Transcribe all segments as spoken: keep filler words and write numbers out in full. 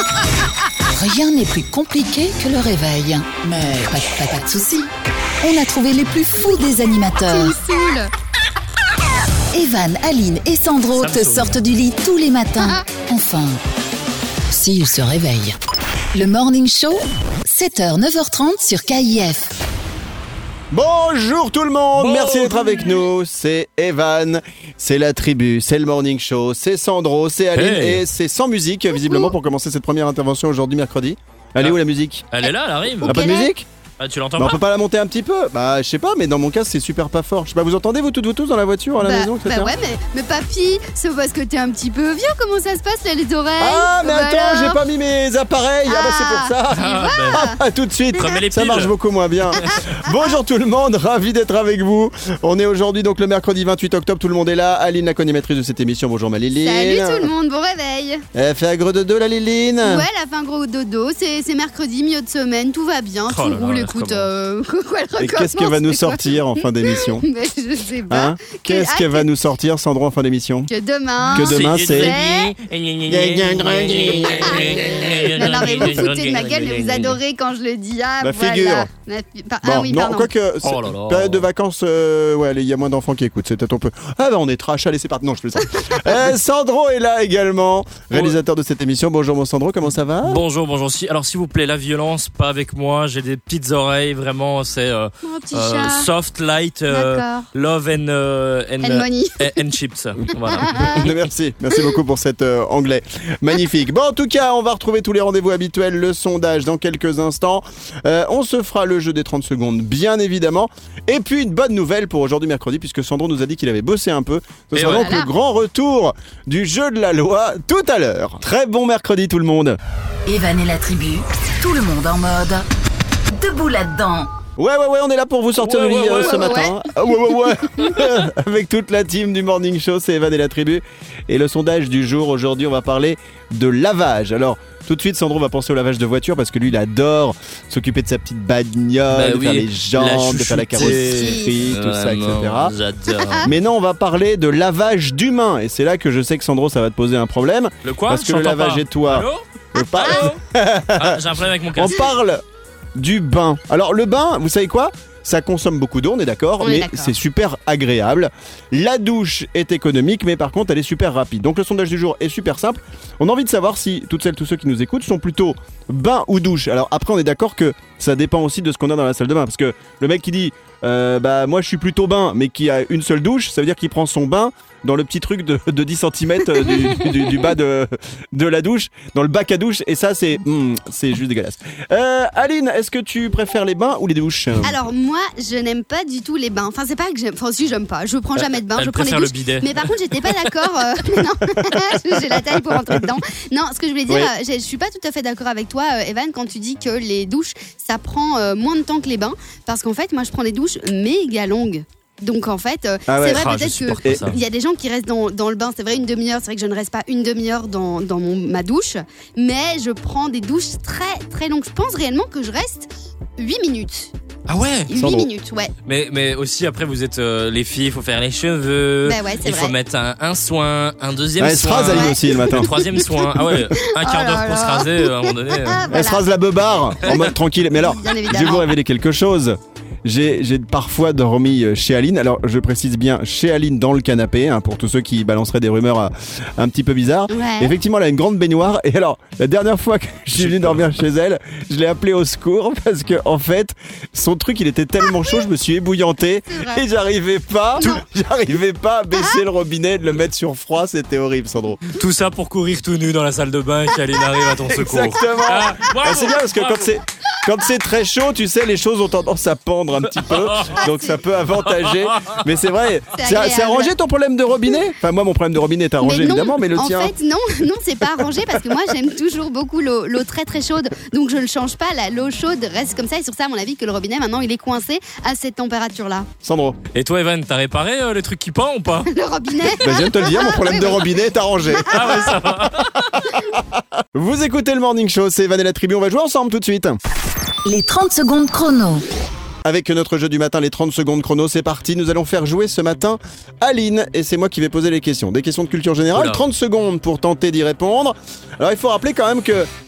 Rien n'est plus compliqué que le réveil. Mais pas, pas, pas de soucis. On a trouvé les plus fous des animateurs. Evan, Aline et Sandro te sortent du lit tous les matins. Enfin, s'ils se réveillent. Le Morning Show, sept heures neuf heures trente sur K I F. Bonjour tout le monde, bon. Merci d'être avec nous. C'est Evan, c'est la tribu, c'est le Morning Show, c'est Sandro, c'est Aline hey. Et c'est sans musique visiblement pour commencer cette première intervention aujourd'hui mercredi. Elle est où la musique? Elle est là, elle arrive. T'as pas de musique? Ah, tu l'entends bah, pas? On peut pas la monter un petit peu? Bah je sais pas, mais dans mon cas c'est super pas fort. Je sais pas, vous entendez vous toutes vous tous dans la voiture, à la bah, maison, et cetera. Bah ouais, mais, mais papy, c'est parce que t'es un petit peu vieux, comment ça se passe là les oreilles? Ah mais Bah attends, alors j'ai pas mis mes appareils, ah, ah bah c'est pour ça. Ah, Ah, ah, tout de suite, les ça piles. marche beaucoup moins bien. Bonjour tout le monde, ravi d'être avec vous. On est aujourd'hui donc le mercredi vingt-huit octobre, tout le monde est là. Aline, la co-animatrice de cette émission, bonjour ma Liline. Salut tout le monde, bon réveil. Elle fait un gros dodo la Liline. Ouais, elle a fait un gros dodo, c'est, c'est mercredi, milieu de semaine, tout va bien, Oh tout là là, roule, laisse écoute, comment. euh, quoi elle Et recommence, qu'est-ce qu'elle va nous c'est quoi? sortir en fin d'émission? Mais je sais pas. Hein? Qu'est-ce Ah, qu'elle que- va nous sortir, Sandro, en fin d'émission? Que demain... Que demain, c'est- Non, non, mais vous foutez de ma gueule, mais vous adorez quand je le dis. Ah, La voilà. figure. La fi- par- Bon, ah oui, non, pardon. quoique, c'est- Oh là là. période de vacances, euh, ouais, il y a moins d'enfants qui écoutent, c'est peut-être un peu. Ah bah on est trash, allez c'est parti, non je plaisante. euh, Sandro est là également, réalisateur de cette émission. Bonjour mon Sandro, comment ça va? Bonjour, bonjour. Si, alors s'il vous plaît, la violence, pas avec moi. J'ai des petites oreilles, vraiment, c'est euh, Oh, petit euh, chat. soft, light, euh, D'accord. love and, euh, and, And money. euh, and chips. Voilà. Merci, merci beaucoup pour cet euh, anglais magnifique. Bon, en tout cas, on va retrouver tous les rendez-vous habituels, le sondage dans quelques instants. Euh, on se fera le jeu des trente secondes, bien évidemment. Et puis une bonne nouvelle pour aujourd'hui mercredi, puisque Sandro nous a dit qu'il avait bossé un peu. Ce Et sera ouais. donc Voilà. le grand retour du jeu de la loi tout à l'heure. Très bon mercredi tout le monde. Evan et la tribu, tout le monde en mode debout là-dedans. Ouais, ouais, ouais, on est là pour vous sortir Ouais, du lit ouais, euh, ouais, ce ouais, matin. Ah, ouais, ouais, ouais. Avec toute la team du Morning Show, c'est Evan et la tribu. Et le sondage du jour, aujourd'hui, on va parler de lavage. Alors, tout de suite, Sandro va penser au lavage de voiture parce que lui, il adore s'occuper de sa petite bagnole, Bah de oui, faire les la jambes, de faire la chouchouter. carrosserie, tout ça, et cetera. J'adore. Mais non, on va parler de lavage d'humains. Et c'est là que je sais que Sandro, ça va te poser un problème. Le quoi? Parce que le J'entends lavage pas. et toi. Allô? On parle- Ah, j'ai un problème avec mon On casque. parle du bain. Alors le bain, vous savez quoi? Ça consomme beaucoup d'eau, on est d'accord, On est mais d'accord. c'est super agréable. La douche est économique, mais par contre elle est super rapide. Donc le sondage du jour est super simple. On a envie de savoir si toutes celles, tous ceux qui nous écoutent sont plutôt bain ou douche. Alors après on est d'accord que ça dépend aussi de ce qu'on a dans la salle de bain. Parce que le mec qui dit euh, bah moi je suis plutôt bain, mais qui a une seule douche, ça veut dire qu'il prend son bain dans le petit truc de, de dix centimètres du, du, du bas de, de la douche, dans le bac à douche, et ça c'est mm, c'est juste dégueulasse. Euh, Aline, est-ce que tu préfères les bains ou les douches? Alors moi, je n'aime pas du tout les bains. Enfin, c'est pas que j'aime. Enfin, si j'aime pas. Je prends jamais de bain. Elle je prends les préfère le douches. bidet. Mais par contre, j'étais pas d'accord. euh, non, j'ai la taille pour rentrer dedans. Non, ce que je voulais dire, Oui. euh, j'ai- je suis pas tout à fait d'accord avec toi, euh, Evan, quand tu dis que les douches, ça prend euh, moins de temps que les bains, parce qu'en fait, moi, je prends des douches méga longues. Donc en fait, euh, Ah ouais. c'est vrai Ah, je peut-être supporte que pas ça. il y a des gens qui restent dans, dans le bain. C'est vrai une demi-heure. C'est vrai que je ne reste pas une demi-heure dans, dans mon, ma douche, mais je prends des douches très très longues. Je pense réellement que je reste huit minutes. Ah ouais? huit Sandro. minutes, ouais. Mais, mais aussi, après, vous êtes euh, les filles, il faut faire les cheveux. Bah ouais, c'est il faut vrai. mettre un, un soin, un deuxième Ah, elle se soin. rase Aline Ouais. aussi le matin. Le troisième soin. Ah ouais, un quart Oh d'heure là pour se là. raser, euh, à un moment donné. euh. Ah, Elle se voilà. rase la beubare en mode tranquille. Mais alors, Bien je vais vous évidemment. révéler quelque chose. J'ai, j'ai parfois dormi chez Aline. Alors, je précise bien chez Aline dans le canapé, hein, pour tous ceux qui balanceraient des rumeurs à- un petit peu bizarres. Ouais. Effectivement, elle a une grande baignoire. Et alors, la dernière fois que je suis venu dormir chez elle, je l'ai appelée au secours parce que, en fait, son truc, il était tellement chaud, je me suis ébouillanté C'est vrai. et j'arrivais pas, Non. j'arrivais pas à baisser le robinet, de le mettre sur froid. C'était horrible, Sandro. Tout ça pour courir tout nu dans la salle de bain et qu'Aline arrive à ton secours. Exactement. Ah, bravo, Ah, c'est bien parce que bravo. quand c'est quand c'est très chaud, tu sais, les choses ont tendance à pendre un petit peu, donc ça peut avantager. Mais c'est vrai, C'est c'est agréable. c'est arrangé ton problème de robinet. Enfin moi mon problème de robinet est arrangé Mais non, évidemment, mais le en tien. fait, non, non, c'est pas arrangé parce que moi j'aime toujours beaucoup l'eau, l'eau très très chaude, donc je le change pas. La, l'eau chaude reste comme ça et sur ça, à mon avis, que le robinet maintenant il est coincé à cette température-là. Sandro, Et toi, Evan, t'as réparé euh, les trucs qui pendent ou pas? Le robinet. bah, je viens de te le dire, mon problème Oui, de oui. robinet est arrangé. Ah ouais, ça va. Vous écoutez le Morning Show, c'est Evan et la tribu, on va jouer ensemble tout de suite. Les trente secondes chrono. Avec notre jeu du matin, les trente secondes chrono, c'est parti. Nous allons faire jouer ce matin Aline et c'est moi qui vais poser les questions. Des questions de culture générale, Oula. trente secondes pour tenter d'y répondre. Alors il faut rappeler quand même que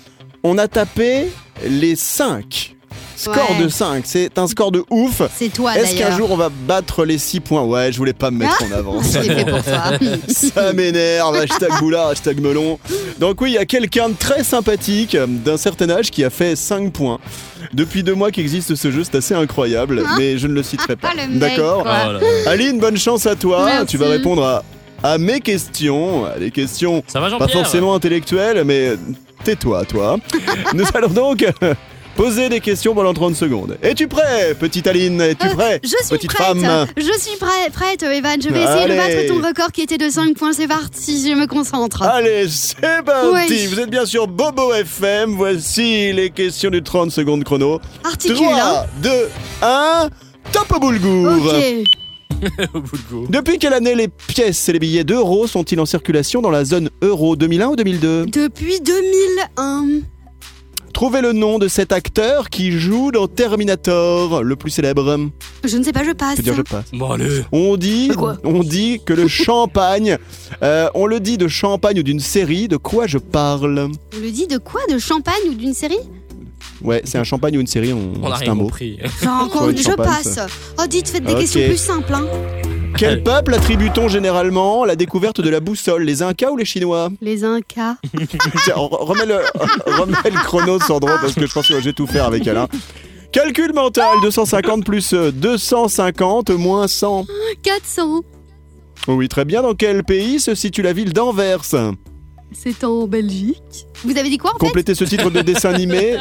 On a tapé les cinq. Score Ouais. de cinq, c'est un score de ouf. C'est toi Est-ce d'ailleurs. qu'un jour on va battre les six points? Ouais, je voulais pas me mettre en avant. Je l'ai fait pour toi. Ça m'énerve, hashtag boulard, hashtag melon. Donc oui, il y a quelqu'un de très sympathique, d'un certain âge, qui a fait cinq points. Depuis deux mois qu'existe ce jeu, c'est assez incroyable, mais je ne le citerai pas. Ah, le mec, D'accord quoi. Oh là là. Aline, bonne chance à toi. Merci. Tu vas répondre à, à mes questions, à des questions Ça va, pas Jean-Pierre? forcément intellectuelles, mais tais-toi, toi. Nous allons donc poser des questions pendant trente secondes. Es-tu prêt, petite Aline? Es-tu Euh, prêt, Je suis petite prête. femme? Je suis prête, prête, Evan. Je vais essayer Allez. de battre ton record qui était de cinq points. C'est parti, je me concentre. Allez, c'est parti. Oui. Vous êtes bien sur Bobo F M. Voici les questions du trente secondes chrono. Articule, hein. trois, deux, un, top au boulgour. Ok. Au bout de go. Depuis quelle année les pièces et les billets d'euros sont-ils en circulation dans la zone euro? deux mille un ou deux mille deux? Depuis deux mille un. Trouvez le nom de cet acteur qui joue dans Terminator, le plus célèbre. Je ne sais pas, je passe. Je peux dire je passe. Bon, allez. On dit, Quoi on dit que le champagne, euh, on le dit de champagne ou d'une série. De quoi je parle? On le dit de quoi? De champagne ou d'une série? Ouais, c'est un champagne ou une série. On, On a c'est rien un mot. compris. Genre, Soit une je champagne, passe. ça. Oh, dites, faites des Ok. questions plus simples. Hein. Quel peuple attribue-t-on généralement la découverte de la boussole? Les Incas ou les Chinois? Les Incas. Tiens, re- remets le, remets le chrono, Sandro, parce que je pense que j'ai tout faire avec Alain. Calcul mental, deux cent cinquante plus deux cent cinquante moins cent. quatre cents. Oui, très bien. Dans quel pays se situe la ville d'Anvers? C'est en Belgique. Vous avez dit quoi en fait? Complétez ce titre de dessin animé.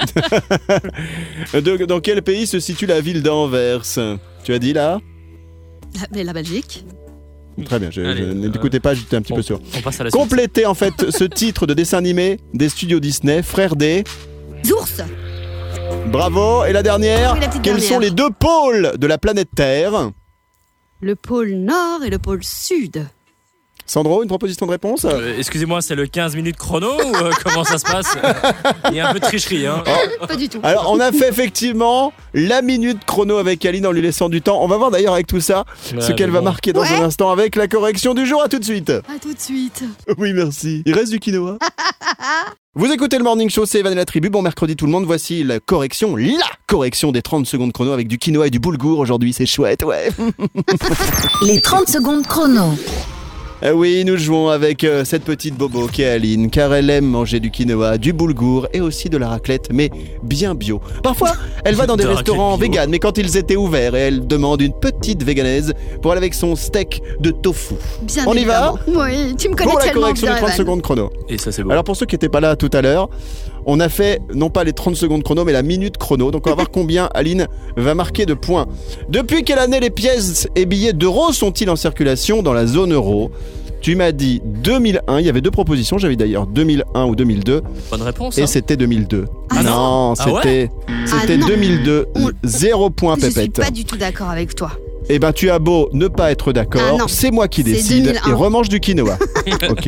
De- dans quel pays se situe la ville d'Anvers? Tu as dit là? La, mais la Belgique. Très bien, je, Allez, je- euh, n'écoutez pas, j'étais un petit bon. peu sûr. On passe à la suite. Complétez en fait ce titre de dessin animé des studios Disney, Frères des... Ours. Bravo. Et la dernière, Oui, la petite quels dernière. sont les deux pôles de la planète Terre? Le pôle Nord et le pôle Sud. Sandro, une proposition de réponse? Euh, Excusez-moi, c'est le quinze minutes chrono ou euh, comment ça se passe? Il y a un peu de tricherie, hein. Pas du tout. Alors, on a fait effectivement la minute chrono avec Aline en lui laissant du temps. On va voir d'ailleurs avec tout ça ce Ouais, qu'elle mais va bon. marquer dans Ouais. un instant avec la correction du jour. À tout de suite. À tout de suite. Oui, merci. Il reste du quinoa. Vous écoutez le Morning Show, c'est Evan et la tribu. Bon mercredi tout le monde, voici la correction, la correction des trente secondes chrono avec du quinoa et du boulgour aujourd'hui, c'est chouette, ouais. Les trente secondes chrono. Eh oui, nous jouons avec euh, cette petite bobo qui est Aline, car elle aime manger du quinoa, du boulgour et aussi de la raclette, mais bien bio. Parfois, elle va dans des De la restaurants raclette bio. véganes, mais quand ils étaient ouverts, elle demande une petite véganaise pour aller avec son steak de tofu. Bien On y va? évidemment. Oui, tu me connais Pour la tellement correction bien, des trente Evan. secondes chrono. Et ça, c'est beau. Alors pour ceux qui n'étaient pas là tout à l'heure, on a fait non pas les trente secondes chrono, mais la minute chrono. Donc on va voir combien Aline va marquer de points. Depuis quelle année les pièces et billets d'euros sont-ils en circulation dans la zone euro? Tu m'as dit deux mille un, il y avait deux propositions, j'avais d'ailleurs deux mille un ou deux mille deux, Bonne réponse. et hein. c'était deux mille deux. Ah non, Ah ouais c'était c'était Ah non. deux mille deux, On- zéro point Je suis pépette. pas du tout d'accord avec toi. Eh ben tu as beau ne pas être Ah d'accord, non. c'est moi qui C'est décide deux mille un. et remange du quinoa. Ok.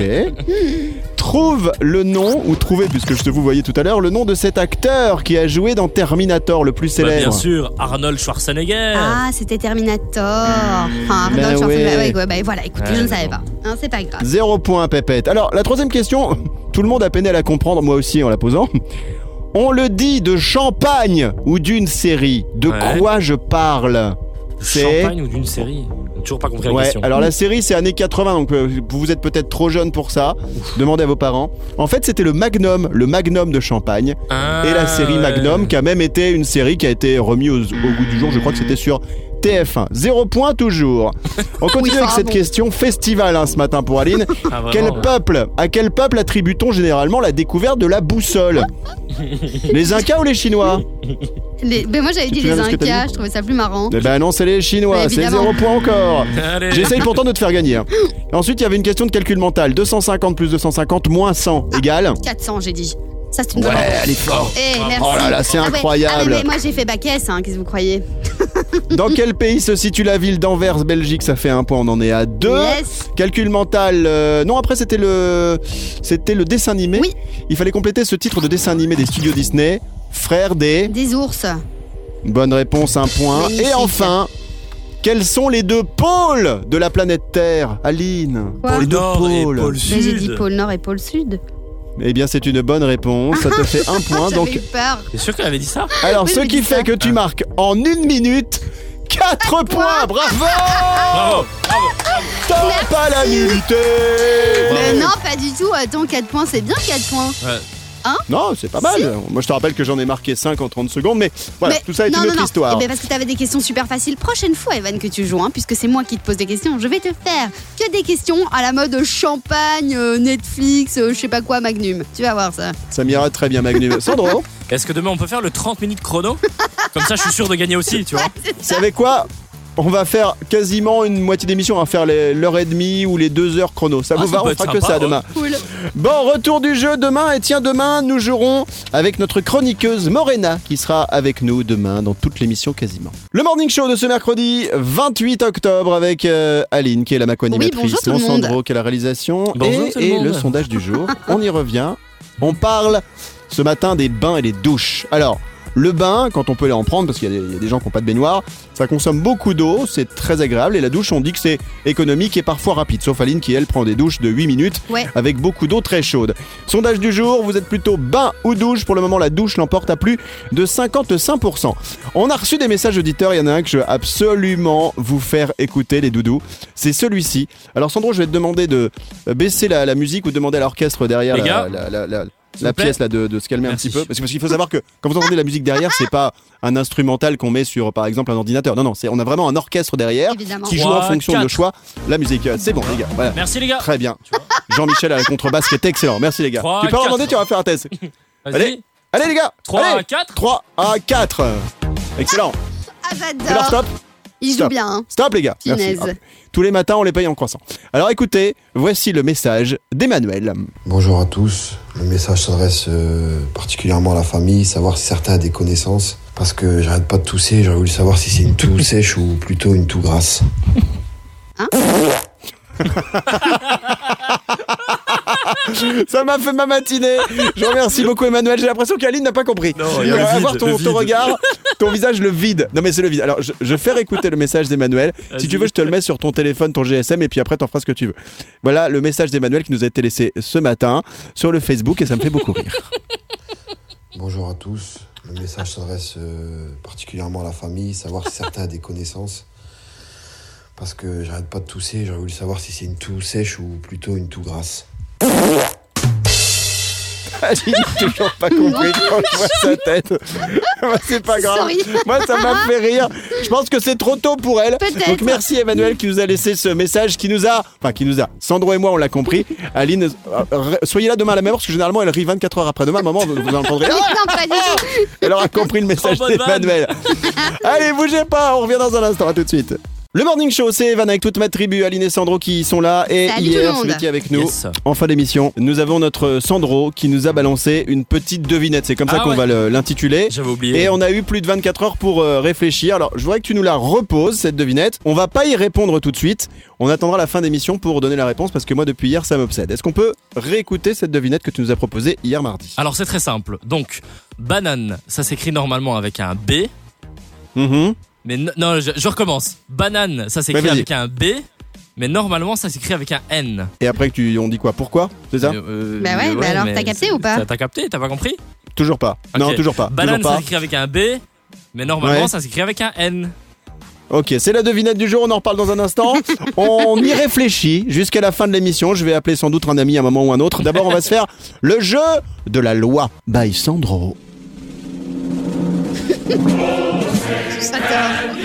Trouve le nom, ou trouvez, puisque je te vous voyais tout à l'heure, le nom de cet acteur qui a joué dans Terminator, le plus Bah, célèbre. bien sûr, Arnold Schwarzenegger. Ah, c'était Terminator. Enfin, Ben Arnold Schwarzenegger. ouais. Ouais, ouais, bah, voilà, écoutez, Ouais, je ne bon. savais pas. Hein, c'est pas grave. Zéro point, pépette. Alors, la troisième question, tout le monde a peiné à la comprendre, moi aussi en la posant. On le dit de champagne ou d'une série. De Ouais. quoi je parle? C'est... Champagne ou d'une série? Toujours pas compris la Ouais, question. alors la série c'est années quatre-vingts, donc euh, vous êtes peut-être trop jeune pour ça. Demandez à vos parents. En fait, c'était le Magnum, le Magnum de Champagne. Ah, Et la série ouais. Magnum, qui a même été une série qui a été remise au, au goût du jour, je crois que c'était sur T F un. Zéro point toujours. On continue Oui, avec cette pardon. question festival hein, ce matin pour Aline. Ah, vraiment. Quel peuple, à quel peuple attribue-t-on généralement la découverte de la boussole? Les Incas ou les Chinois? Les... Ben, moi, j'avais Tu dit te les souviens de ce que t'as Incas, dit je trouvais ça plus marrant. Eh ben non, c'est les Chinois, Mais c'est évidemment. zéro point encore. Allez. J'essaye pourtant de te faire gagner. hein. Ensuite, il y avait une question de calcul mental. deux cent cinquante plus deux cent cinquante moins cent égale... quatre cents, j'ai dit. Ça, c'est une Ouais, bonne réponse. elle est forte. Eh, merci. Oh là là, c'est Ah ouais. incroyable. Ah, mais, mais moi, j'ai fait bac S, hein, qu'est-ce que vous croyez? Dans quel pays se situe la ville d'Anvers, Belgique? Ça fait un point, on en est à deux. Yes. Calcul mental. euh, Non, après c'était le, c'était le dessin animé. Oui. Il fallait compléter ce titre de dessin animé des studios Disney. Frères des. Des ours. Bonne réponse, un point. Magnifique. Et enfin, quels sont les deux pôles de la planète Terre, Aline? Quoi Les deux Nord et pôles. pôle Ben, j'ai dit sud. pôle Nord et pôle Sud. Eh bien, c'est une bonne réponse. Ça te fait un point. J'avais Donc, eu peur. T'es sûr qu'elle avait dit ça? alors, Oui, ce mais qui dis fait ça. que tu marques en une minute quatre points. Bravo! Bravo, bravo. Top à la minute. Mais non, pas du tout. Attends, quatre points, c'est bien quatre points. Ouais. Non, c'est pas mal. Moi, je te rappelle que j'en ai marqué cinq en trente secondes, mais voilà, Mais tout ça est non, une non, autre non. histoire. Eh ben, parce que tu avais des questions super faciles. Prochaine fois, Evan, que tu joues, hein, puisque c'est moi qui te pose des questions, je vais te faire que des questions à la mode champagne, euh, Netflix, euh, je sais pas quoi, Magnum. Tu vas voir ça. Ça m'ira très bien, Magnum. Sandro, Est-ce que demain on peut faire le trente minutes chrono? Comme ça, je suis sûr de gagner aussi, tu vois. vous savez quoi? On va faire quasiment une moitié d'émission. On va faire les- l'heure et demie ou les deux heures chrono. Ça Ah, vous ça va? peut On être fera que sympa, ça ouais. demain. Cool. Bon, retour du jeu demain. Et tiens, demain, nous jouerons avec notre chroniqueuse Morena qui sera avec nous demain dans toute l'émission quasiment. Le morning show de ce mercredi vingt-huit octobre avec euh, Aline qui est la macro-animatrice, Oui, bonjour tout le mon monde. Sandro qui est la réalisation Bonjour et, tout le et monde. le sondage du jour. On y revient. On parle ce matin des bains et des douches. Alors, le bain, quand on peut aller en prendre, parce qu'il y, a des- il y a des gens qui n'ont pas de baignoire, ça consomme beaucoup d'eau, c'est très agréable. Et la douche, on dit que c'est économique et parfois rapide. Sauf Aline qui, elle, prend des douches de huit minutes Ouais. avec beaucoup d'eau très chaude. Sondage du jour, vous êtes plutôt bain ou douche? Pour le moment, la douche l'emporte à plus de cinquante-cinq pour cent. On a reçu des messages auditeurs, il y en a un que je veux absolument vous faire écouter, les doudous. C'est celui-ci. Alors Sandro, je vais te demander de baisser la, la musique ou demander à l'orchestre derrière Les la, gars, la- la- la- s'il la vous plaît. pièce là, de, de se calmer Merci. un petit peu. Parce que- parce qu'il faut savoir que quand vous entendez la musique derrière, c'est pas un instrumental qu'on met sur par exemple un ordinateur. Non, non, c'est, on a vraiment un orchestre derrière Évidemment. qui joue en Trois, fonction de quatre. choix. La musique, c'est bon les gars. Voilà. Merci les gars. Très bien. Jean-Michel à la contrebasse qui est excellent. Merci les gars. Trois, tu peux en quatre. demander, tu vas faire un test. Vas-y. Allez. Allez les gars. trois Allez. à quatre. trois à quatre. Excellent. Ah, C'est leur j'adore. stop. Il joue Stop. bien. Hein. Stop les gars. Merci. Finesse. Hop. Tous les matins, on les paye en croissant. Alors écoutez, voici le message d'Emmanuel. Bonjour à tous. Le message s'adresse euh, particulièrement à la famille, savoir si certains a des connaissances. Parce que j'arrête pas de tousser, j'aurais voulu savoir si c'est une toux sèche ou plutôt une toux grasse. Ça m'a fait ma matinée. Je remercie beaucoup Emmanuel. J'ai l'impression qu'Aline n'a pas compris. Non, il y a On le va vide, voir ton, le ton vide. regard, ton visage le vide. Non mais c'est le vide. Alors je, je vais faire écouter le message d'Emmanuel. Si Vas-y. tu veux, je te le mets sur ton téléphone, ton G S M, et puis après t'en feras ce que tu veux. Voilà le message d'Emmanuel qui nous a été laissé ce matin sur le Facebook et ça me fait beaucoup rire. Bonjour à tous. Le message s'adresse euh, particulièrement à la famille, savoir si certains a des connaissances. Parce que j'arrête pas de tousser, j'aurais voulu savoir si c'est une toux sèche ou plutôt une toux grasse. Aline n'a toujours pas compris quand je vois sa tête. Bah, c'est pas grave. Sorry. Moi, ça m'a fait rire. Je pense que c'est trop tôt pour elle. Peut-être. Donc merci Emmanuel qui nous a laissé ce message, qui nous a, enfin qui nous a. Sandro et moi, on l'a compris. Aline, euh, euh, soyez là demain à la même heure parce que généralement elle rit vingt-quatre heures après demain. Maman, vous, vous entendrez. Ah, Non, pas du tout. elle aura compris le message Trop bonne d'Emmanuel. Allez, bougez pas. On revient dans un instant. À tout de suite. Le Morning Show, c'est Evan avec toute ma tribu, Aline et Sandro qui sont là. Et Salut tout le hier, monde. celui qui est avec nous, Yes. en fin d'émission, nous avons notre Sandro qui nous a balancé une petite devinette. C'est comme ça Ah qu'on ouais. va le- l'intituler. J'avais oublié. Et on a eu plus de vingt-quatre heures pour euh, réfléchir. Alors, je voudrais que tu nous la reposes, cette devinette. On va pas y répondre tout de suite. On attendra la fin d'émission pour donner la réponse parce que moi, depuis hier, ça m'obsède. Est-ce qu'on peut réécouter cette devinette que tu nous as proposée hier mardi? Alors c'est très simple. Donc banane, ça s'écrit normalement avec un B. Mhm. Mais n- non, je, je recommence. Banane, ça Ouais, s'écrit vas-y. avec un B. Mais normalement, ça s'écrit avec un N. Et après, que tu, on dit quoi? Pourquoi? C'est ça? Euh, Bah ouais, bah alors, mais t'as capté c'est- ou pas t'as- T'as capté? T'as pas compris? Toujours pas. Ok. Non, toujours pas. Banane, toujours ça pas. s'écrit avec un B. Mais normalement, Ouais. ça s'écrit avec un N. Ok, c'est la devinette du jour, on en reparle dans un instant. On y réfléchit jusqu'à la fin de l'émission. Je vais appeler sans doute un ami à un moment ou un autre. D'abord, on va se faire le jeu de la loi by Sandro. J'adore.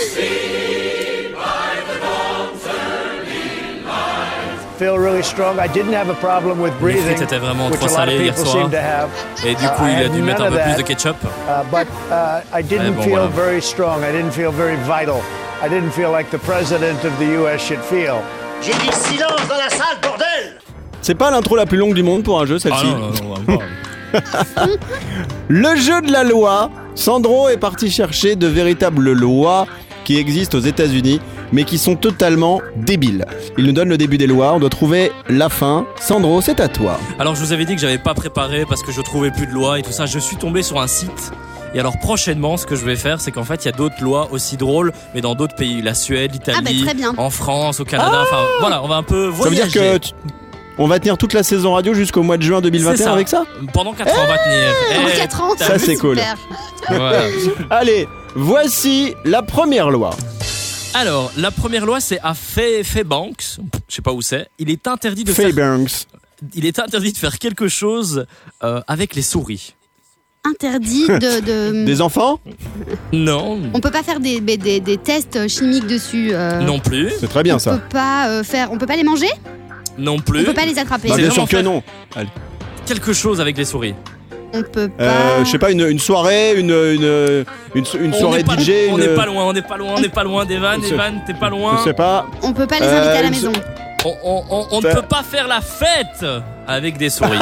Feel really strong. I didn't have a problem with Les breathing, frites étaient vraiment which trop a lot of salées hier people soir. seem to have. Et du Uh, coup, I il a had dû mettre un none peu of plus de that. ketchup. Uh, but uh, I didn't bon, feel voilà. very strong. I didn't feel very vital. I didn't feel like the president of the U S should feel. J'ai dit silence dans la salle, bordel! C'est pas l'intro la plus longue du monde pour un jeu, Ah celle-ci. non, non, non, vraiment pas. Le jeu de la loi. Sandro est parti chercher de véritables lois qui existent aux États-Unis, mais qui sont totalement débiles. Il nous donne le début des lois, on doit trouver la fin. Sandro, c'est à toi. Alors je vous avais dit que j'avais pas préparé parce que je trouvais plus de lois et tout ça. Je suis tombé sur un site. Et alors prochainement, ce que je vais faire, c'est qu'en fait, il y a d'autres lois aussi drôles, mais dans d'autres pays, la Suède, l'Italie, Ah bah, très bien. en France, au Canada. Enfin, voilà, on va un peu Ça veut voyager. dire que tu, On va tenir toute la saison radio jusqu'au mois de juin deux mille vingt et un C'est ça. avec ça. Pendant quatre ans, on va tenir. Pendant Eh, quatre ans, t'as Ça, vu c'est cool. super. Voilà. Allez, voici la première loi. Alors, la première loi, c'est à Fay- Fairbanks. Je sais pas où c'est. Il est interdit de faire. Fairbanks. Il est interdit de faire quelque chose euh, avec les souris. Interdit de. de... Des enfants? Non. On peut pas faire des, des, des- des tests chimiques dessus. euh, Non plus. C'est très bien On ça. peut pas euh, faire. On peut pas les manger. Non On plus. peut pas les attraper. Bah, C'est bien vraiment sûr que faire- non. Quelque chose avec les souris. On peut pas. Euh, je sais pas, une, une soirée, une, une, une, une On soirée n'est pas, D J. on une- n'est pas loin, on n'est pas loin, on n'est pas loin d'Evan. Je sais- Evan, t'es pas loin. Je sais pas. On peut pas les Euh, inviter à la une- maison. On, on- on- on ne Ça- peut pas faire la fête avec des souris.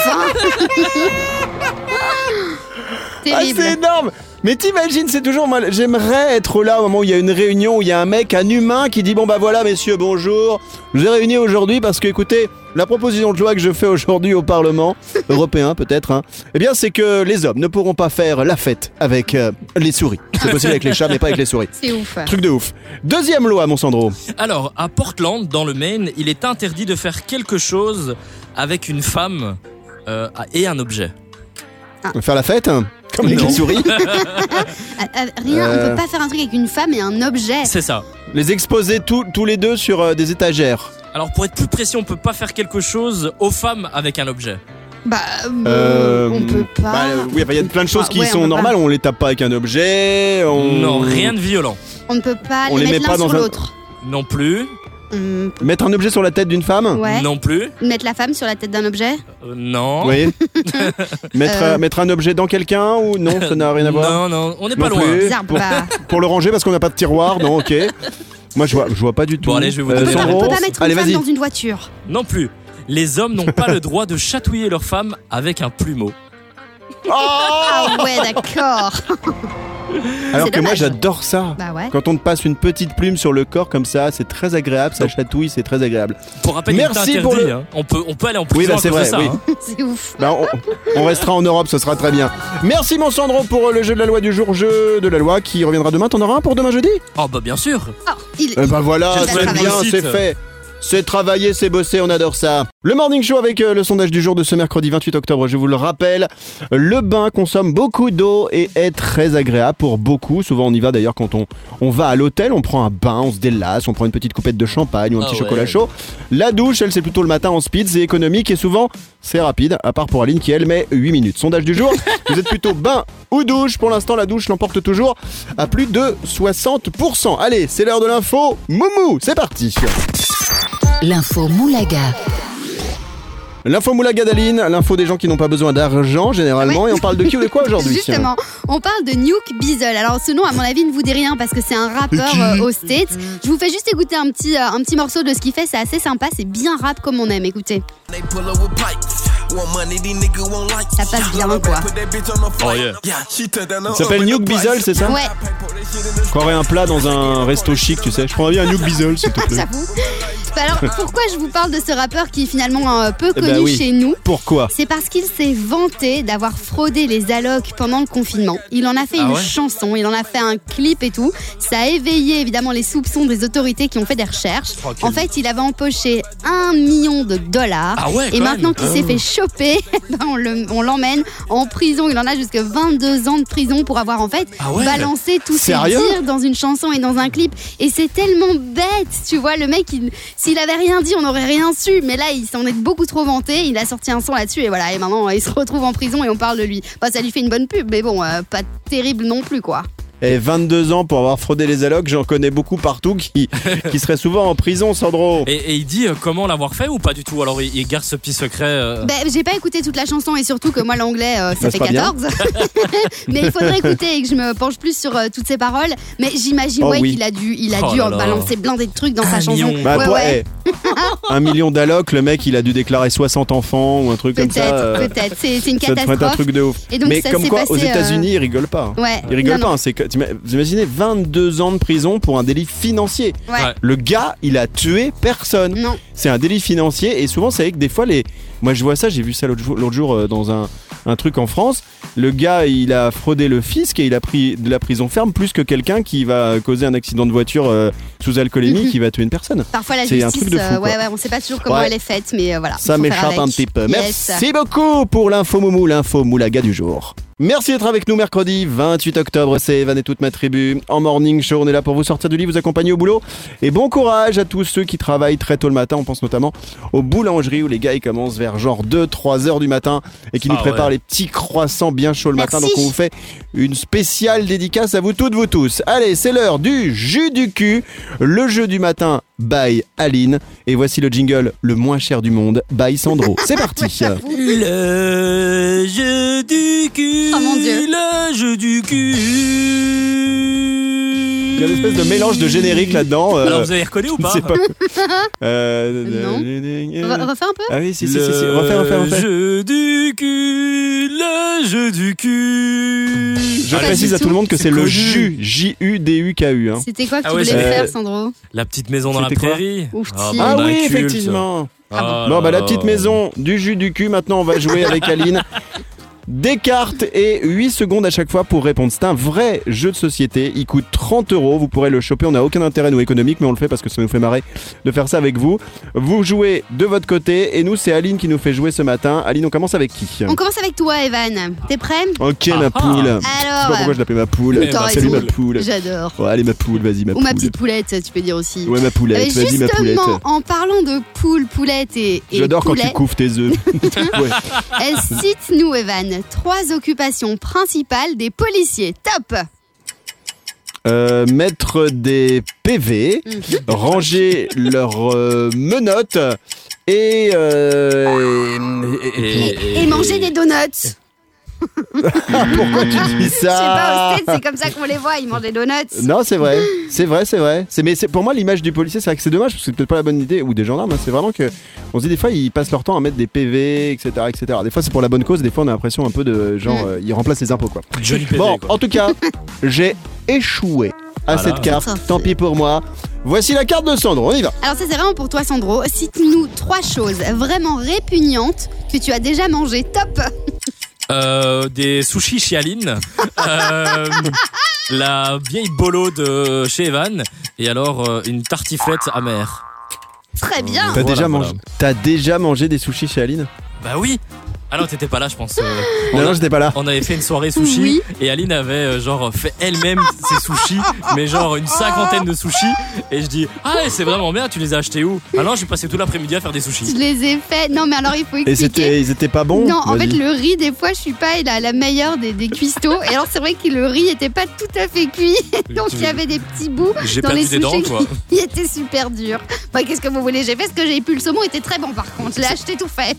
Ah, Terrible. c'est énorme! Mais t'imagines, c'est toujours mal. J'aimerais être là au moment où il y a une réunion, où il y a un mec, un humain qui dit bon bah voilà messieurs, bonjour. Je vous ai réunis aujourd'hui parce que écoutez, la proposition de loi que je fais aujourd'hui au Parlement européen peut-être, hein, eh bien c'est que les hommes ne pourront pas faire la fête avec euh, les souris. C'est possible avec les chats, mais pas avec les souris. C'est ouf. Truc de ouf. Deuxième loi, mon Sandro. Alors, à Portland, dans le Maine, il est interdit de faire quelque chose avec une femme euh, et un objet. Faire la fête, hein, comme avec Non. les souris. Ah, ah, rien, Euh. on peut pas faire un truc avec une femme et un objet. C'est ça. Les exposer tous tous les deux sur euh, des étagères. Alors, pour être plus précis, on peut pas faire quelque chose aux femmes avec un objet. Bah, euh, Euh, on peut pas. bah, euh, oui, enfin, il y a plein de choses Ah, qui ouais, on sont peut normales. pas. On les tape pas avec un objet. On... Non, rien de violent. On ne peut pas On les les mettre met pas l'un dans sur un- l'autre. Non plus. Hum, Mettre un objet sur la tête d'une femme. ouais. Non plus. Mettre la femme sur la tête d'un objet. Euh, non. Oui. mettre, Euh. euh, mettre un objet dans quelqu'un ou non, ça n'a rien à voir. Non, non, on n'est pas Non loin. plus. Bizarre, pour, bah. pour le ranger parce qu'on n'a pas de tiroir, non, ok. Moi je vois, je vois pas du tout. Bon, allez, je vais vous Euh, donner On peut, pas, la on Sandro, peut pas mettre une allez femme vas-y. dans une voiture. Non plus. Les hommes n'ont pas le droit de chatouiller leur femme avec un plumeau. Oh Ah ouais, d'accord. Alors c'est que moi dommage. j'adore ça. Bah ouais. Quand on te passe une petite plume sur le corps comme ça, c'est très agréable, ça chatouille, c'est très agréable. Pour rappel, Merci il est pour interdit. le- hein. On, peut, on peut aller en Oui, prison bah, à c'est cause de vrai, ça. oui. hein. C'est ouf. Bah, on, on restera en Europe, ce sera très bien. Merci mon Sandro pour le jeu de la loi du jour, jeu de la loi qui reviendra demain. T'en auras un pour demain jeudi? Oh bah bien sûr. Oh, il... Eh ben voilà, Je c'est souhaite bien, réussite. c'est fait. C'est travailler, c'est bosser, on adore ça. Le Morning Show avec euh, le sondage du jour de ce mercredi vingt-huit octobre, je vous le rappelle. Le bain consomme beaucoup d'eau et est très agréable pour beaucoup. Souvent on y va d'ailleurs quand on, on va à l'hôtel, on prend un bain, on se délasse, on prend une petite coupette de champagne ou un Ah petit ouais. chocolat chaud. La douche, elle c'est plutôt le matin en speed, c'est économique et souvent c'est rapide, à part pour Aline qui elle met huit minutes. Sondage du jour, vous êtes plutôt bain ou douche? Pour l'instant la douche l'emporte toujours à plus de soixante pour cent. Allez, c'est l'heure de l'info. Moumou, c'est parti. L'info Moulaga. L'info Moulaga d'Aline, l'info des gens qui n'ont pas besoin d'argent généralement. Ouais. Et on parle de qui ou de quoi aujourd'hui? Justement, on parle de Nuke Bizzle. Alors ce nom, à mon avis, ne vous dit rien parce que c'est un rappeur euh, aux States. Je vous fais juste écouter un petit, euh, un petit morceau de ce qu'il fait. C'est assez sympa, c'est bien rap comme on aime. Écoutez. Ça passe bien, quoi. Oh yeah. Il s'appelle Nuke Bizzle, c'est ça? Ouais, Je croirais un plat dans un resto chic, tu sais. Je prendrais bien un Nuke Bizzle, s'il te plaît. j'avoue. Bah alors, pourquoi je vous parle de ce rappeur qui est finalement euh, peu Eh connu ben oui. chez nous? Pourquoi? C'est parce qu'il s'est vanté d'avoir fraudé les allocs pendant le confinement. Il en a fait Ah une ouais chanson, il en a fait un clip et tout. Ça a éveillé évidemment les soupçons des autorités qui ont fait des recherches. Tranquille. En fait, il avait empoché un million de dollars. Ah ouais, Et quand maintenant même. qu'il s'est fait choper, ben on le- on l'emmène en prison. Il en a jusqu'à vingt-deux ans de prison pour avoir en fait Ah ouais. balancé tous ses Sérieux dires dans une chanson et dans un clip. Et c'est tellement bête, tu vois. Le mec, il- s'il avait rien dit, on n'aurait rien su. Mais là, il s'en est beaucoup trop vanté. Il a sorti un son là-dessus et voilà. Et maintenant, il se retrouve en prison et on parle de lui. Bah, ça lui fait une bonne pub, mais bon, euh, pas terrible non plus, quoi. Et vingt-deux ans pour avoir fraudé les allocs, j'en connais beaucoup partout qui, qui seraient souvent en prison, Sandro. Et, et il dit euh, comment l'avoir fait ou pas du tout? Alors il, il garde ce petit secret. euh. Ben, j'ai pas écouté toute la chanson et surtout que moi l'anglais euh, ça Bah, fait c'est pas bien. quatorze. Mais il faudrait écouter et que je me penche plus sur euh, toutes ces paroles. Mais j'imagine Oh ouais, oui. qu'il a dû, il a Oh dû là en là. balancer blindé de trucs dans Un sa chanson. million. Bah, ouais, pour- ouais. eh, un million d'allocs, le mec il a dû déclarer soixante enfants ou un truc comme ça. Peut-être, euh, peut-être. C'est, c'est une Ça te ferait un catastrophe. truc de ouf. Et donc, Mais ça comme s'est quoi, passé, aux euh, États-Unis, ils rigolent pas. hein. Ouais. Ils rigolent Non, pas, non. hein, c'est, que- vous imaginez vingt-deux ans de prison pour un délit financier. Ouais. Ouais. Le gars, il a tué personne. Non. C'est un délit financier et souvent c'est vrai que des fois les. Moi je vois ça, j'ai vu ça l'autre jour, l'autre jour euh, dans un, un truc en France. Le gars, il a fraudé le fisc et il a pris de la prison ferme plus que quelqu'un qui va causer un accident de voiture euh, sous alcoolémie qui va tuer une personne. Parfois la C'est un justice, truc de fou, euh, ouais, quoi. ouais, on sait pas toujours comment Ouais. elle est faite, mais euh, voilà. Ça il faut faire m'échappe avec. un petit peu. Yes. Merci beaucoup pour l'info moumou, l'info moulaga du jour. Merci d'être avec nous mercredi vingt-huit octobre, c'est Evan et toute ma tribu. En morning show, on est là pour vous sortir du lit, vous accompagner au boulot. Et bon courage à tous ceux qui travaillent très tôt le matin. On pense notamment aux boulangeries où les gars ils commencent vers genre deux trois heures du matin et qui nous Ah préparent ouais. les petits croissants bien chauds le Merci. matin. Donc on vous fait une spéciale dédicace à vous toutes, vous tous. Allez, c'est l'heure du jus du cul, le jeu du matin by Aline. Et voici le jingle le moins cher du monde by Sandro. C'est parti. Le jeu du cul. Oh mon Dieu. Le jeu du cul. Il y a une espèce de mélange de générique là-dedans. euh, Alors vous avez reconnu ou je ne pas sais pas. Euh, Non. Re- Refais un peu. Ah oui, si, si, Le si, si. Refais, refais, refais. jeu du cul. Le jeu du cul. Je Pas précise du à tout le monde que C'est c'est le connu. jus, J U D U K U. Hein. C'était quoi que Ah tu ouais, voulais c'est- faire, Euh, Sandro? La petite maison dans la C'était quoi prairie. Ouf, Ah, petit. bon, Ah on a oui, un culte. effectivement. Ah Bon, bah la là petite là. maison du jus du cul. Maintenant, on va jouer avec Aline. Des cartes et huit secondes à chaque fois pour répondre. C'est un vrai jeu de société. Il coûte trente euros. Vous pourrez le choper. On n'a aucun intérêt, nous, économique, mais on le fait parce que ça nous fait marrer de faire ça avec vous. Vous jouez de votre côté et nous, c'est Aline qui nous fait jouer ce matin. Aline, on commence avec qui? On commence avec toi, Evan. T'es prêt? Ok, Ah ma ah. poule. Je sais pas Alors, pourquoi je l'appelais ma poule. Eh ben, t'aurais Salut dit. ma poule. J'adore. Ouais, allez, ma poule, vas-y, ma Ou poule. ma petite poulette, tu peux dire aussi. Ouais, ma poulette, Euh, vas-y, ma poulette. Justement, en parlant de poule, poulette et, et J'adore quand poulet, tu couves tes œufs. Ouais. euh, cite-nous, Evan, trois occupations principales des policiers. Top. Euh, mettre des P V, ranger leurs euh, menottes et, euh, et- et- Et, Et manger des donuts. pourquoi tu dis Je sais pas, ça au States, c'est comme ça qu'on les voit, ils mangent des donuts. Non, c'est vrai, c'est vrai, c'est vrai. C'est mais c'est pour moi l'image du policier, c'est vrai que c'est dommage parce que c'est peut-être pas la bonne idée ou des gendarmes. Hein, c'est vraiment que on se dit des fois ils passent leur temps à mettre des P V, et cetera, et cetera. Des fois c'est pour la bonne cause, des fois on a l'impression un peu de genre Mm. euh, ils remplacent les impôts quoi. Johnny P V, Bon, quoi. en tout cas, j'ai échoué à Voilà. cette carte. Ça, Tant c'est- pis pour moi. Voici la carte de Sandro. On y va. Alors ça c'est vraiment pour toi, Sandro. Cite-nous trois choses vraiment répugnantes que tu as déjà mangées. Top. Euh, des sushis chez Aline, euh, la vieille bolo de chez Evan, et alors euh, une tartiflette amère. Très bien. T'as Voilà, déjà voilà. mangé T'as déjà mangé des sushis chez Aline? Bah oui. Ah non, t'étais pas là, je pense. euh, on, Non, non, a- j'étais pas là. on avait fait une soirée sushi Oui. et Aline avait euh, genre fait elle-même ses sushis, mais genre une cinquantaine de sushis. Et je dis ah ouais, c'est vraiment bien. Tu les as achetés où? Ah non, j'ai passé tout l'après-midi à faire des Je sushis. les ai faits. Non mais alors il faut Et expliquer. c'était, ils étaient pas bons? Non, en Vas-y. fait, le riz, des fois, je suis pas la, la meilleure des, des cuistots. Et alors, c'est vrai que le riz était pas tout à fait cuit. Donc, il y avait des petits bouts J'ai dans perdu les des dents, sushis quoi. qui étaient super durs. Bah, qu'est-ce que vous voulez? J'ai fait ce que j'ai pu. Le saumon était très bon, par contre. Je l'ai acheté tout fait.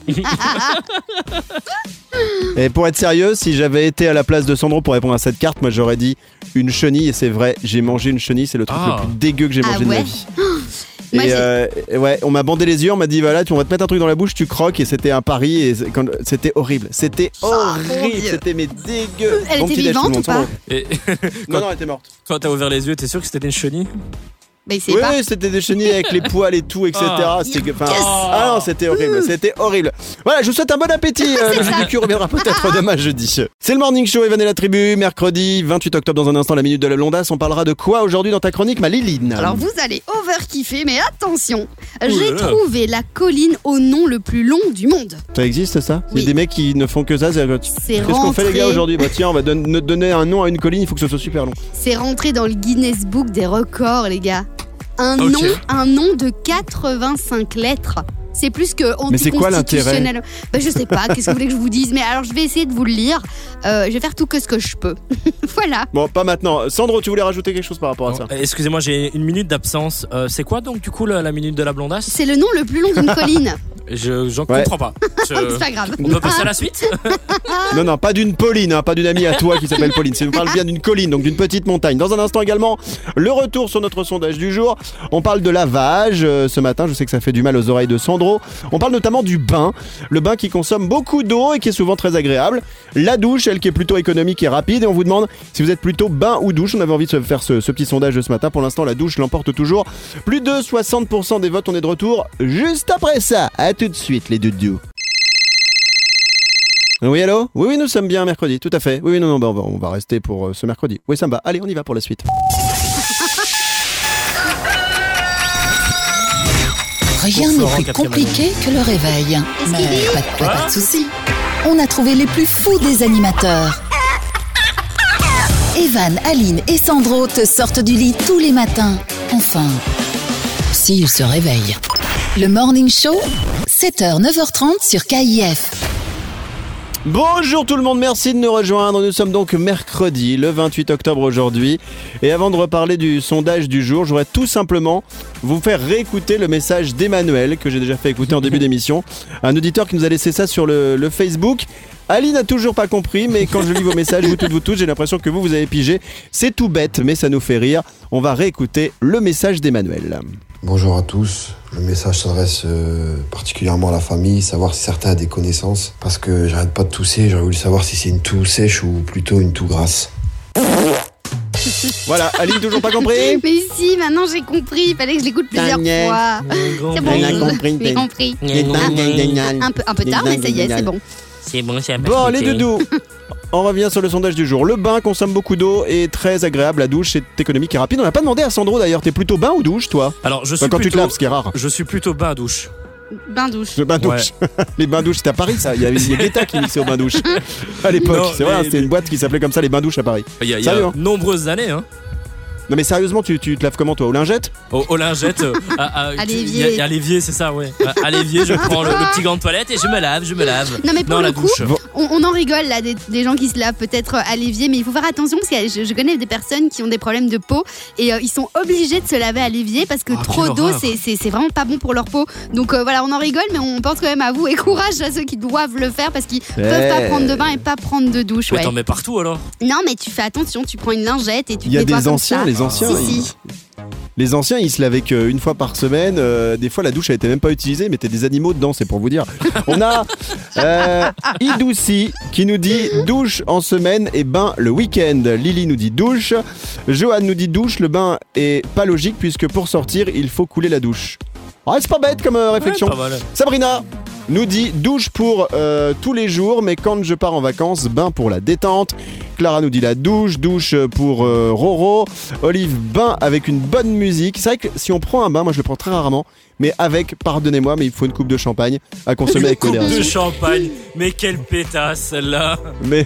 Et pour être sérieux, si j'avais été à la place de Sandro pour répondre à cette carte, moi j'aurais dit une chenille. Et c'est vrai, j'ai mangé une chenille. C'est le truc Ah. le plus dégueu que j'ai Ah mangé de ouais ma vie. Moi, et j'ai- euh, et ouais, on m'a bandé les yeux, on m'a dit voilà, tu, on va te mettre un truc dans la bouche, tu croques et c'était un pari et c'est- quand- c'était horrible, c'était Oh, mon horrible, Dieu. c'était mais dégueu. Elle Bon était petit déj, tout le vivante monde, ou pas Sandro. Et Non non, elle était morte. quand t'as ouvert les yeux, t'es sûr que c'était une chenille? Mais c'est Oui, pas. oui, c'était des chenilles avec les poils et tout, et cetera. Ah. C'était, enfin, Yes. ah non, c'était horrible, c'était horrible. Voilà, je vous souhaite un bon appétit. Euh, le jeu du cul reviendra peut-être demain jeudi. C'est le Morning Show, Evan et la tribu, mercredi vingt-huit octobre dans un instant, la minute de la blondasse. On parlera de quoi aujourd'hui dans ta chronique, ma Liline? Alors, vous allez overkiffer, mais attention. J'ai là là. trouvé la colline au nom le plus long du monde. Ça existe ça? Il y Oui. a des mecs qui ne font que ça. C'est... C'est Qu'est-ce qu'on fait les gars rentré, aujourd'hui? Bah tiens, on va don- ne- donner un nom à une colline, il faut que ce soit super long. c'est rentré dans le Guinness Book des records, les gars. Un Ok. nom, un nom de quatre-vingt-cinq lettres. C'est plus que Mais c'est quoi anticonstitutionnel. Bah, je sais pas, qu'est-ce que vous voulez que je vous dise? Mais alors, je vais essayer de vous le lire. Euh, je vais faire tout que ce que je peux. Voilà. Bon, pas maintenant. Sandro, tu voulais rajouter quelque chose par rapport à ça? Euh, Excusez-moi, j'ai une minute d'absence. Euh, c'est quoi donc du coup la, la minute de la blondasse? C'est le nom le plus long d'une colline. Je j'en Ouais. comprends pas. euh, C'est pas grave. On peut passer à la suite. Non, non, pas d'une Pauline, hein, pas d'une amie à toi qui s'appelle Pauline. C'est- On parle bien d'une colline, donc d'une petite montagne. Dans un instant également, le retour sur notre sondage du jour. On parle de lavage euh, ce matin. Je sais que ça fait du mal aux oreilles de Sandro. On parle notamment du bain. Le bain qui consomme beaucoup d'eau et qui est souvent très agréable. La douche, elle qui est plutôt économique et rapide. Et on vous demande si vous êtes plutôt bain ou douche. On avait envie de se faire ce, ce petit sondage de ce matin. Pour l'instant, la douche l'emporte toujours. Plus de soixante pour cent des votes. On est de retour juste après ça. À tout de suite, les doudous. Oui, allô? Oui, oui, nous sommes bien mercredi, tout à fait. Oui, oui, non, non, bah, on, va, on va rester pour euh, ce mercredi. Oui, ça me va. Allez, on y va pour la suite. Rien Pour n'est Florent, plus quatrième compliqué que le réveil. Mais Stevie pas, de- pas, pas de soucis. On a trouvé les plus fous des animateurs. Evan, Aline et Sandro te sortent du lit tous les matins. Enfin, s'ils se réveillent. Le Morning Show, sept heures neuf heures trente sur K I F. Bonjour tout le monde, merci de nous rejoindre. Nous sommes donc mercredi, le vingt-huit octobre aujourd'hui. Et avant de reparler du sondage du jour, je voudrais tout simplement vous faire réécouter le message d'Emmanuel que j'ai déjà fait écouter en début d'émission. Un auditeur qui nous a laissé ça sur le, le Facebook. Aline n'a toujours pas compris, mais quand je lis vos messages, vous toutes, vous toutes, j'ai l'impression que vous, vous avez pigé. C'est tout bête, mais ça nous fait rire. On va réécouter le message d'Emmanuel. Bonjour à tous. Le message s'adresse euh, particulièrement à la famille, savoir si certains a des connaissances. Parce que j'arrête pas de tousser, j'aurais voulu savoir si c'est une toux sèche ou plutôt une toux grasse. Voilà, Aline, toujours pas compris? Mais si, maintenant j'ai compris. Il fallait que je l'écoute plusieurs Tanya. fois. C'est bon, Elle a compris, j'ai t'as- compris. Un Un peu, un peu tard, mais ça y est, c'est bon. C'est bon, c'est Bon, les doudous, on revient sur le sondage du jour. Le bain consomme beaucoup d'eau et est très agréable. La douche, c'est économique et rapide. On n'a pas demandé à Sandro d'ailleurs. T'es plutôt bain ou douche, toi? Alors, je suis Enfin, quand tu te plutôt, laves, ce qui est rare. je suis plutôt bain douche. Bain douche. Le bain douche. Les bains douches, c'était à Paris, ça. Il y avait il y a Guetta qui mixait au bain douche à l'époque. Non, C'est vrai, mais- hein, c'était une boîte qui s'appelait comme ça, les bains douches à Paris. Il y a, il y a Sérieux, hein. nombreuses années, hein. Non, mais sérieusement, tu, tu te laves comment, toi? Aux lingettes? Au, au lingette, euh, à, à, À tu- l'évier. il y a- il y a l'évier, c'est ça, ouais. À, à l'évier, je prends le, le petit gant de toilette et je me lave, je me lave. Non, mais pour Dans le la coup, douche. On, on en rigole là, des, des gens qui se lavent peut-être à l'évier, mais il faut faire attention parce que je, je connais des personnes qui ont des problèmes de peau et euh, ils sont obligés de se laver à l'évier parce que Ah, trop quelle d'eau, horreur. c'est, c'est, c'est vraiment pas bon pour leur peau. Donc euh, voilà, on en rigole, mais on pense quand même à vous et courage à ceux qui doivent le faire parce qu'ils Eh. peuvent pas prendre de bain et pas prendre de douche. Mais Ouais. t'en mets partout alors. Non, mais tu fais attention, tu prends une lingette et tu Il y a te nettoies des comme anciens, ça. les anciens. Si, ils- si. Les anciens, ils se lavaient qu'une fois par semaine. Euh, des fois, la douche, elle était même pas utilisée. Ils mettaient des animaux dedans, c'est pour vous dire. On a euh, Idoussi qui nous dit douche en semaine et bain le week-end. Lily nous dit douche. Johan nous dit douche. Le bain est pas logique puisque pour sortir, il faut couler la douche. Ouais, c'est pas bête comme euh, réflexion. Ouais, pas mal. Sabrina nous dit douche pour euh, tous les jours, mais quand je pars en vacances, bain pour la détente. Clara nous dit la douche, douche pour euh, Roro. Olive, bain avec une bonne musique. C'est vrai que si on prend un bain, moi je le prends très rarement, mais avec, pardonnez-moi, mais il faut une coupe de champagne à consommer avec Coupe de modération. champagne. Mais quelle pétasse celle-là. Mais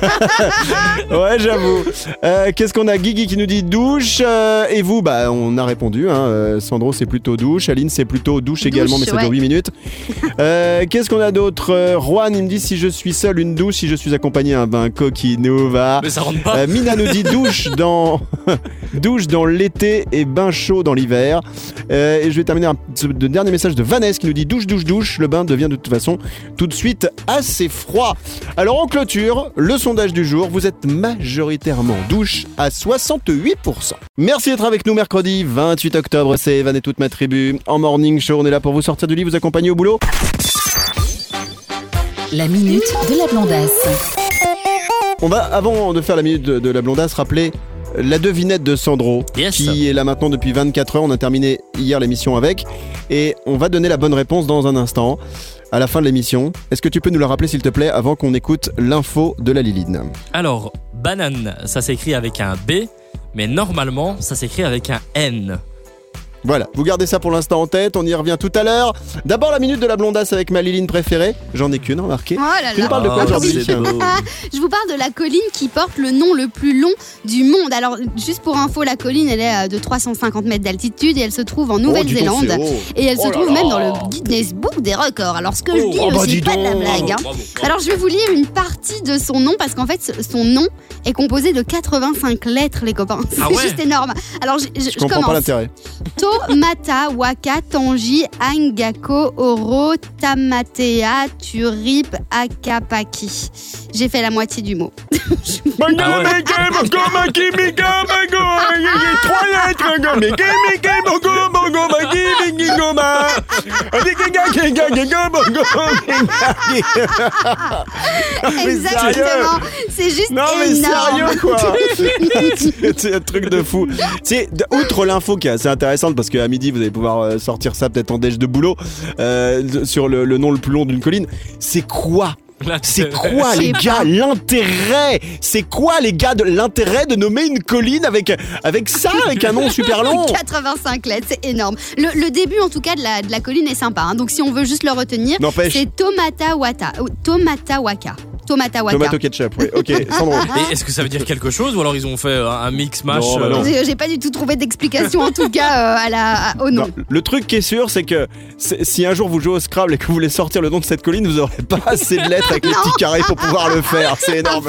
ouais, j'avoue. Euh, Qu'est-ce qu'on a? Guigui qui nous dit douche. euh, et vous, bah, on a répondu. Hein, euh, Sandro, c'est plutôt douche. Aline, c'est plutôt douche, également, mais ça ouais. dure huit minutes. Euh, Qu'est-ce qu'on a d'autre? euh, Juan, il me dit si je suis seul, une douche. Si je suis accompagné, un bain Coquinova. Mais ça rentre pas. Euh, Mina nous dit douche dans douche dans l'été et bain chaud dans l'hiver. Euh, et je vais terminer un de dernier message de Vanessa qui nous dit douche, douche, douche. Le bain devient de toute façon tout de suite assez froid. Alors on clôture le sondage du jour. Vous êtes majoritairement douche à soixante-huit pour cent. Merci d'être avec nous mercredi vingt-huit octobre. C'est Evan et toute ma tribu. En morning show, on est là pour vous sortir du lit, vous accompagner au boulot. La minute de la blondasse. On va, avant de faire la minute de, de la blondasse, rappeler la devinette de Sandro, Yes. qui est là maintenant depuis vingt-quatre heures. On a terminé hier l'émission avec. Et on va donner la bonne réponse dans un instant, à la fin de l'émission. Est-ce que tu peux nous la rappeler, s'il te plaît, avant qu'on écoute l'info de la Liline? Alors, banane, ça s'écrit avec un B, mais normalement, ça s'écrit avec un N. Voilà, vous gardez ça pour l'instant en tête, on y revient tout à l'heure. D'abord la minute de la blondasse avec ma Liline préférée. J'en ai qu'une, remarquez. Oh là Tu nous là. parles de quoi Oh, aujourd'hui? c'est beau. Je vous parle de la colline qui porte le nom le plus long du monde. Alors, juste pour info, la colline, elle est euh, de trois cent cinquante mètres d'altitude et elle se trouve en Nouvelle-Zélande. Oh, dis donc, c'est haut. Et elle se Oh là trouve là. même dans le Guinness Book des records. Alors, ce que je Oh, dis, oh bah c'est dis pas de la donc. blague. hein. Bravo, bravo. Alors, je vais vous lire une partie de son nom parce qu'en fait, son nom est composé de quatre-vingt-cinq lettres, les copains. C'est Ah ouais. juste énorme. Alors, je, je- Je je comprends pas commence. l'intérêt. To Tomata, Waka, Tangi, Angako, Oro, Tamatea, Turip, Akapaki. J'ai fait la moitié du mot. Exactement. C'est juste non mais énorme. sérieux quoi. C'est un truc de fou. C'est outre l'info qui est assez intéressante parce qu'à midi vous allez pouvoir sortir ça peut-être en déj de boulot euh, sur le, le nom le plus long d'une colline. C'est quoi? C'est quoi les gars l'intérêt? C'est quoi les gars de l'intérêt de nommer une colline avec avec ça, avec un nom super long? quatre-vingt-cinq lettres, c'est énorme. Le, le début en tout cas de la, de la colline est sympa. Hein. Donc si on veut juste le retenir, N'empêche. c'est Tomata Wata, Tomata Waka. Tomata Waka. Tomato ketchup, oui. Ok, Sandro. Et est-ce que ça veut dire quelque chose ou alors ils ont fait un mix mash? Non, bah non. J'ai, j'ai pas du tout trouvé d'explication en tout cas euh, à la, à- au nom. Non, le truc qui est sûr, c'est que c'est- si un jour vous jouez au Scrabble et que vous voulez sortir le nom de cette colline, vous aurez pas assez de lettres avec les petits carrés pour pouvoir le faire. C'est énorme.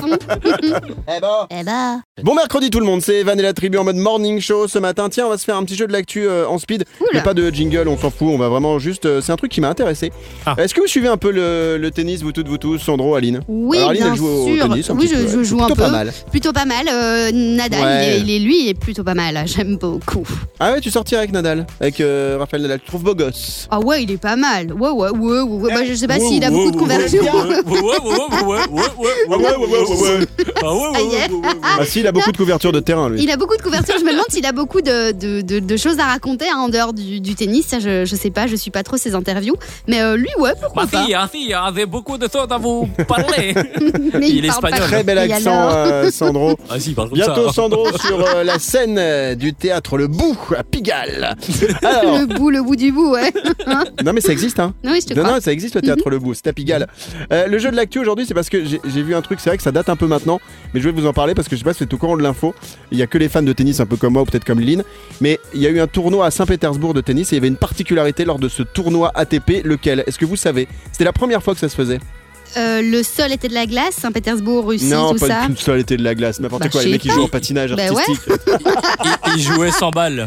Eh ben. Eh ben. Bon mercredi tout le monde, c'est Evan et la tribu en mode morning show ce matin. Tiens, on va se faire un petit jeu de l'actu euh, en speed. Oula. Mais pas de jingle, on s'en fout, on va vraiment juste... euh, c'est un truc qui m'a intéressé. Ah. Est-ce que vous suivez un peu le, le tennis, vous toutes, vous tous, Sandro, Aline? Oui, Alors, Aline, bien elle joue au sûr. tennis un Oui, petit je, peu, je ouais. joue Plutôt un peu. pas mal. Plutôt pas mal. Euh, Nadal, Ouais. il, est, il est- lui, il est plutôt pas mal. J'aime beaucoup. Ah ouais, tu sortirais avec Nadal, avec euh, Raphaël Nadal, tu trouves beau gosse? Ah ouais, il est pas mal. Ouais, ouais, ouais. ouais, ouais. Bah, je sais pas Ouais, s'il a ouais, beaucoup de ouais, conversions. ouais, ouais, ouais, ouais, ouais, ouais, ouais, ouais, ouais, ouais, ouais, ouais. Ah ouais, ouais, Ah, yeah. ouais, ouais, ouais. Ah si, il a beaucoup de couverture de terrain lui. Il a beaucoup de couverture. Je me demande s'il a beaucoup de, de, de, de choses à raconter hein, en dehors du, du tennis. Ça, je, je sais pas. Je suis pas trop ses interviews. Mais euh, lui, ouais, pourquoi Ma pas. fille, ma fille avait beaucoup de choses à vous parler. Mais il est parle pas espagnol. Très bel Et accent, alors euh, Sandro. Ah si, il parle comme Bientôt ça. Sandro sur euh, la scène euh, du théâtre Le Bout à Pigalle. Alors, Le bout, le bout du bout, ouais. non mais ça existe hein. Oui, je te Non crois. non, ça existe le théâtre Le Bout, c'est à Pigalle. Euh, le jeu de l'actu aujourd'hui, c'est parce que j'ai j'ai vu un truc, c'est vrai que ça date un peu maintenant, mais je vais vous en parler parce que je sais pas si vous êtes au courant de l'info. Il y a que les fans de tennis un peu comme moi ou peut-être comme Lynn, mais il y a eu un tournoi à Saint-Pétersbourg de tennis et il y avait une particularité lors de ce tournoi A T P, lequel? Est-ce que vous savez? C'était la première fois que ça se faisait. Euh, le sol était de la glace, Saint-Pétersbourg, Russie, Non, tout pas ça. une seule était de la glace, n'importe Bah, quoi, je les sais mecs qui pas. jouent en patinage Bah ouais. artistique. Il, il jouait cent balles.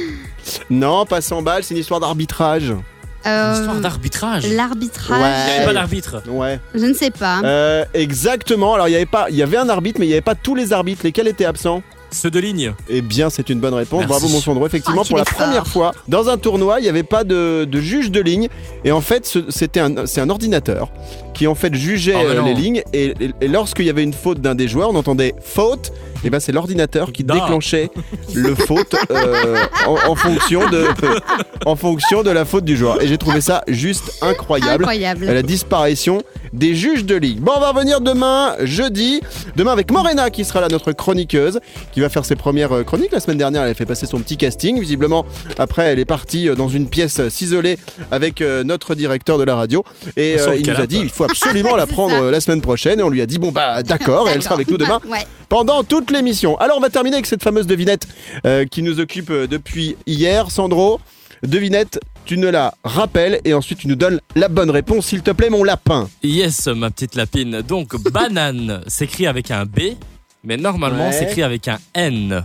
Non, pas cent balles, c'est une histoire d'arbitrage. Euh, Une histoire d'arbitrage. L'arbitrage, Ouais. Il n'y avait pas d'arbitre. Ouais. je ne sais pas. Euh, exactement. Alors il y avait pas, il y avait un arbitre, mais il y avait pas tous les arbitres. Lesquels étaient absents? Ceux de ligne. Eh bien, c'est une bonne réponse. Merci. Bravo, mon Sandro. Effectivement, Ah, tu pour la es fort. première fois, dans un tournoi, il n'y avait pas de, de juge de ligne. Et en fait, ce- c'était un, c'est un ordinateur qui en fait jugeait Oh, mais euh, non. les lignes. Et, et- et lorsqu'il y avait une faute d'un des joueurs, on entendait faute. Et ben, c'est l'ordinateur qui Da. déclenchait le faute euh, en, en fonction de, en fonction de la faute du joueur. Et j'ai trouvé ça juste incroyable. Incroyable. La disparition des juges de ligue. Bon, on va revenir demain, jeudi. Demain avec Morena qui sera là, notre chroniqueuse, qui va faire ses premières euh, chroniques. La semaine dernière, elle a fait passer son petit casting. Visiblement, après, elle est partie euh, dans une pièce euh, s'isoler avec euh, notre directeur de la radio. Et Sur euh, le il nous a canapé. dit, il faut absolument la C'est prendre ça. euh, la semaine prochaine. Et on lui a dit, bon bah d'accord, et elle sera avec nous demain Ouais. pendant toute l'émission. Alors, on va terminer avec cette fameuse devinette euh, qui nous occupe euh, depuis hier. Sandro, devinette, tu ne la rappelles et ensuite tu nous donnes la bonne réponse, s'il te plaît, mon lapin. Yes, ma petite lapine. Donc, banane s'écrit avec un B, mais normalement Ouais. s'écrit avec un N.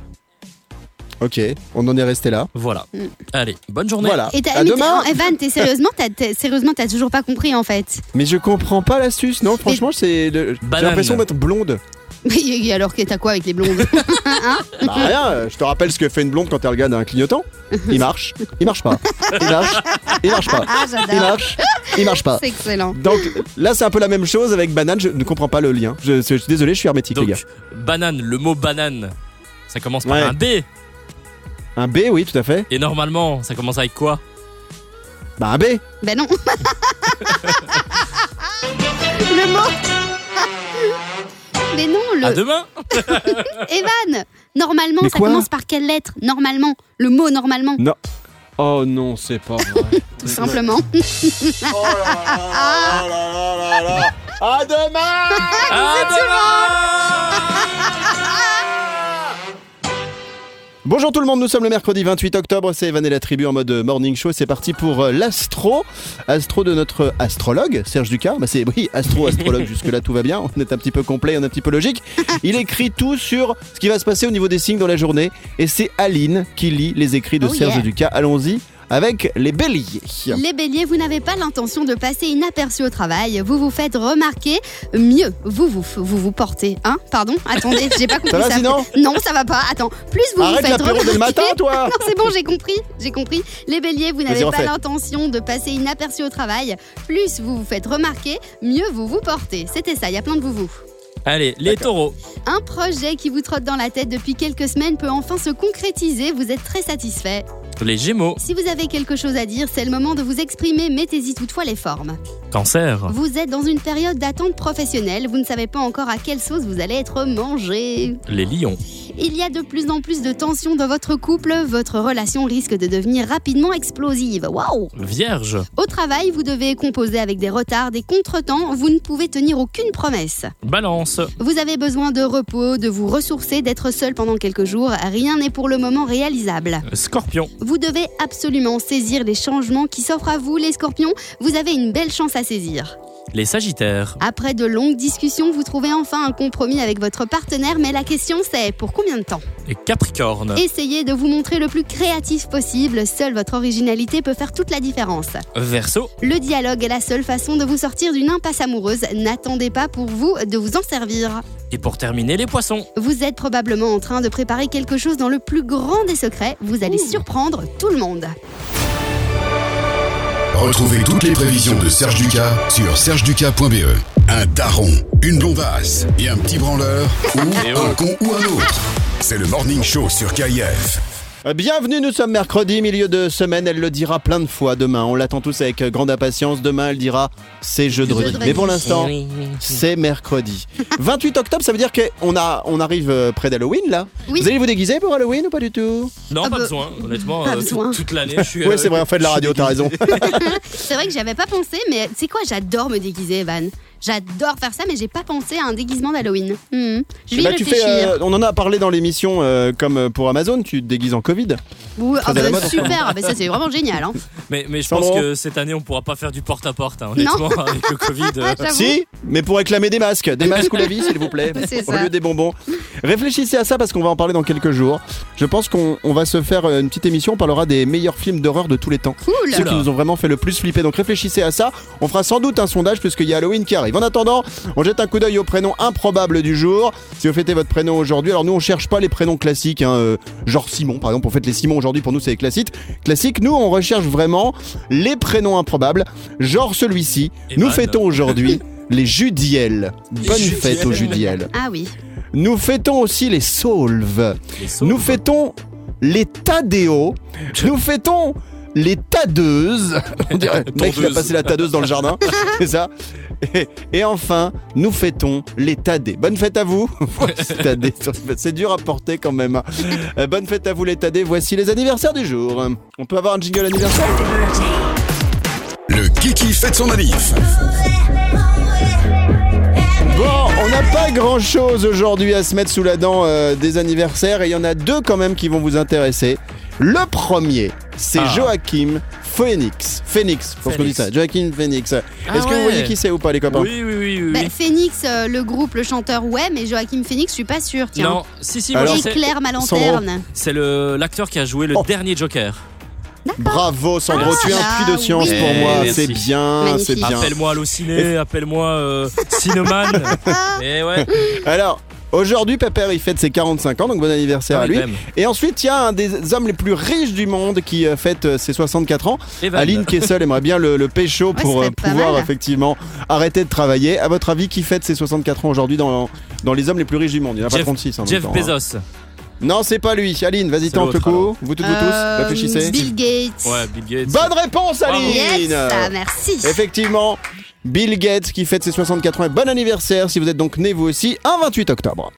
Ok, on en est resté là. Voilà. Allez, bonne journée. Voilà. Et t'as, À mais demain. t'es- Evan, t'es sérieusement, t'as, t'es- sérieusement, t'as toujours pas compris en fait. Mais je comprends pas l'astuce, non? Franchement, c'est le- j'ai Banane. l'impression d'être blonde. Mais alors que t'as quoi avec les blondes? Bah rien, euh, je te rappelle ce que fait une blonde quand elle regarde un clignotant. Il marche, il marche pas. Il marche, il marche pas. Ah, Il j'adore. marche, il marche pas. C'est excellent. Donc là, c'est un peu la même chose avec banane. Je ne comprends pas le lien. Je, je suis désolé, je suis hermétique, les Donc, gars. banane, le mot banane, ça commence par Ouais. un B. Un B, oui, tout à fait. Et normalement, ça commence avec quoi? Bah un B. Ben non. Le mot. Mais non, À le. demain. Evan, normalement, Mais ça quoi commence par quelle lettre? Normalement. Le mot normalement, Non. Oh non, c'est pas vrai. tout simplement. Oh là là là là là là là. À demain. À demain. Bonjour tout le monde, nous sommes le mercredi vingt-huit octobre, c'est Evan et la tribu en mode morning show, c'est parti pour euh, l'astro, astro de notre astrologue, Serge Ducas, bah c'est oui, astro, astrologue, jusque là tout va bien, on est un petit peu complet, on est un petit peu logique, il écrit tout sur ce qui va se passer au niveau des signes dans la journée, et c'est Aline qui lit les écrits de Oh Serge yeah. Ducas, allons-y avec les béliers. Les béliers, vous n'avez pas l'intention de passer inaperçu au travail. Vous vous faites remarquer. Mieux, vous vous, vous, vous portez. Hein Pardon Attendez, j'ai pas compris Ça va, sinon Non, ça va pas. Attends. Plus vous Arrête vous faites l'apéro remarquer. dès le matin, toi. Non, c'est bon, j'ai compris. J'ai compris. Les béliers, vous n'avez Vas-y, pas refais. l'intention de passer inaperçu au travail. Plus vous vous faites remarquer, mieux vous vous portez. C'était ça, il y a plein de vous vous. Allez, les taureaux. Un projet qui vous trotte dans la tête depuis quelques semaines peut enfin se concrétiser. Vous êtes très satisfait. Les gémeaux. Si vous avez quelque chose à dire, c'est le moment de vous exprimer. Mettez-y toutefois les formes. Cancer. Vous êtes dans une période d'attente professionnelle. Vous ne savez pas encore à quelle sauce vous allez être mangé. Les lions. Il y a de plus en plus de tensions dans votre couple. Votre relation risque de devenir rapidement explosive. Waouh! Vierge. Au travail, vous devez composer avec des retards, des contretemps. Vous ne pouvez tenir aucune promesse. Balance. Vous avez besoin de repos, de vous ressourcer, d'être seul pendant quelques jours. Rien n'est pour le moment réalisable. Scorpion. Vous devez absolument saisir les changements qui s'offrent à vous, les scorpions. Vous avez une belle chance à saisir. Les sagittaires. Après de longues discussions, vous trouvez enfin un compromis avec votre partenaire, mais la question c'est pour combien de temps? Et Capricorne. Essayez de vous montrer le plus créatif possible. Seule votre originalité peut faire toute la différence. Verseau. Le dialogue est la seule façon de vous sortir d'une impasse amoureuse. N'attendez pas pour vous de vous en servir. Et pour terminer, les poissons. Vous êtes probablement en train de préparer quelque chose dans le plus grand des secrets. Vous allez surprendre tout le monde. Retrouvez toutes les prévisions de Serge Ducas sur serge ducas point b e. Un daron, une blondasse et un petit branleur ou Et oh. un con ou un autre. C'est le Morning Show sur K I F. Bienvenue, nous sommes mercredi, milieu de semaine, elle le dira plein de fois demain, on l'attend tous avec grande impatience, demain elle dira c'est jeudi. Jeudi. Mais pour l'instant, c'est mercredi. vingt-huit octobre, ça veut dire qu'on a, on arrive euh, près d'Halloween là. Oui. Vous allez vous déguiser pour Halloween ou pas du tout? Non, Ah pas bah, besoin. Honnêtement, pas euh, besoin. toute l'année, je suis. Ouais, euh, c'est vrai, on fait de la je suis radio, t'as déguisé. raison. C'est vrai que j'avais pas pensé, mais c'est quoi, j'adore me déguiser, Evan. J'adore faire ça, mais j'ai pas pensé à un déguisement d'Halloween. Hmm. Je vais y Bah, tu réfléchir. fais, euh, on en a parlé dans l'émission euh, comme pour Amazon, tu te déguises en Covid. Ouh, ah très à la bah, mode. super, ah bah, ça c'est vraiment génial. Hein. Mais, mais je Sandro. pense que cette année, on pourra pas faire du porte-à-porte, hein, honnêtement, avec le Covid. euh. J'avoue. Si, mais pour réclamer des masques, des masques ou la vie, s'il vous plaît, C'est au ça. lieu des bonbons. Réfléchissez à ça parce qu'on va en parler dans quelques jours. Je pense qu'on on va se faire une petite émission, on parlera des meilleurs films d'horreur de tous les temps. Cool. Ceux qui nous ont vraiment fait le plus flipper. Donc réfléchissez à ça. On fera sans doute un sondage puisqu'il y a Halloween qui arrive. En attendant, on jette un coup d'œil au prénom improbable du jour. Si vous fêtez votre prénom aujourd'hui, alors nous on cherche pas les prénoms classiques, hein, euh, genre Simon par exemple. On fête les Simon aujourd'hui, pour nous c'est les classiques. Classiques, nous on recherche vraiment les prénoms improbables, genre celui-ci. Et Nous Van. fêtons aujourd'hui les Judiel. Bonne Judiel. fête aux Judiel. Ah oui. Nous fêtons aussi les Saulves. Les sauves. Nous fêtons les Tadéo. Nous fêtons les Tadeuses. On dirait le mec qui a Tondeuse. passé la tadeuse dans le jardin. C'est ça. Et, et enfin, nous fêtons les Tadés. Bonne fête à vous. Voici Tadé. C'est dur à porter quand même. Euh, bonne fête à vous les Tadés. Voici les anniversaires du jour. On peut avoir un jingle anniversaire? Le Kiki fête son manif. Bon, on n'a pas grand chose aujourd'hui à se mettre sous la dent euh, des anniversaires et il y en a deux quand même qui vont vous intéresser. Le premier, c'est Ah. Joachim Phoenix. Phoenix, je pense qu'on dit ça. Joachim Phoenix. Est-ce Ah que vous ouais. voyez qui c'est ou pas, les copains? Oui, oui, oui. oui, Bah, oui. Phoenix, euh, le groupe, le chanteur, ouais, mais Joachim Phoenix, je suis pas sûre. Tiens. Non, si, si, moi Alors, je sais. Éclaire ma lanterne. C'est le- l'acteur qui a joué le Oh. dernier Joker. Bravo Sandro, Ah, tu es un là, puits de science oui. pour moi. Merci. C'est bien, Magnifique. c'est bien. Appelle-moi Allociné, appelle-moi euh, Cineman. Et ouais. Alors, aujourd'hui, Pépère, il fête ses quarante-cinq ans, donc bon anniversaire Ah à oui, lui. quand même. Et ensuite, il y a un des hommes les plus riches du monde qui euh, fête euh, ses soixante-quatre ans. Evan. Aline Kessel aimerait bien le, le pécho Ouais, pour ce serait euh, pas pouvoir mal. effectivement arrêter de travailler. À votre avis, qui fête ses soixante-quatre ans aujourd'hui dans, dans les hommes les plus riches du monde? Il n'y en a pas Jeff- trente-six en même Jeff temps, hein. Bezos. Non, c'est pas lui. Aline, vas-y, C'est tente le l'autre, coup. alors. Vous toutes, vous tous, Euh, réfléchissez. Bill Gates. Ouais, Bill Gates. Bonne réponse, Bravo. Aline. Yes, ah, merci. Effectivement, Bill Gates qui fête ses soixante-quatre ans. Et bon anniversaire si vous êtes donc né vous aussi un vingt-huit octobre.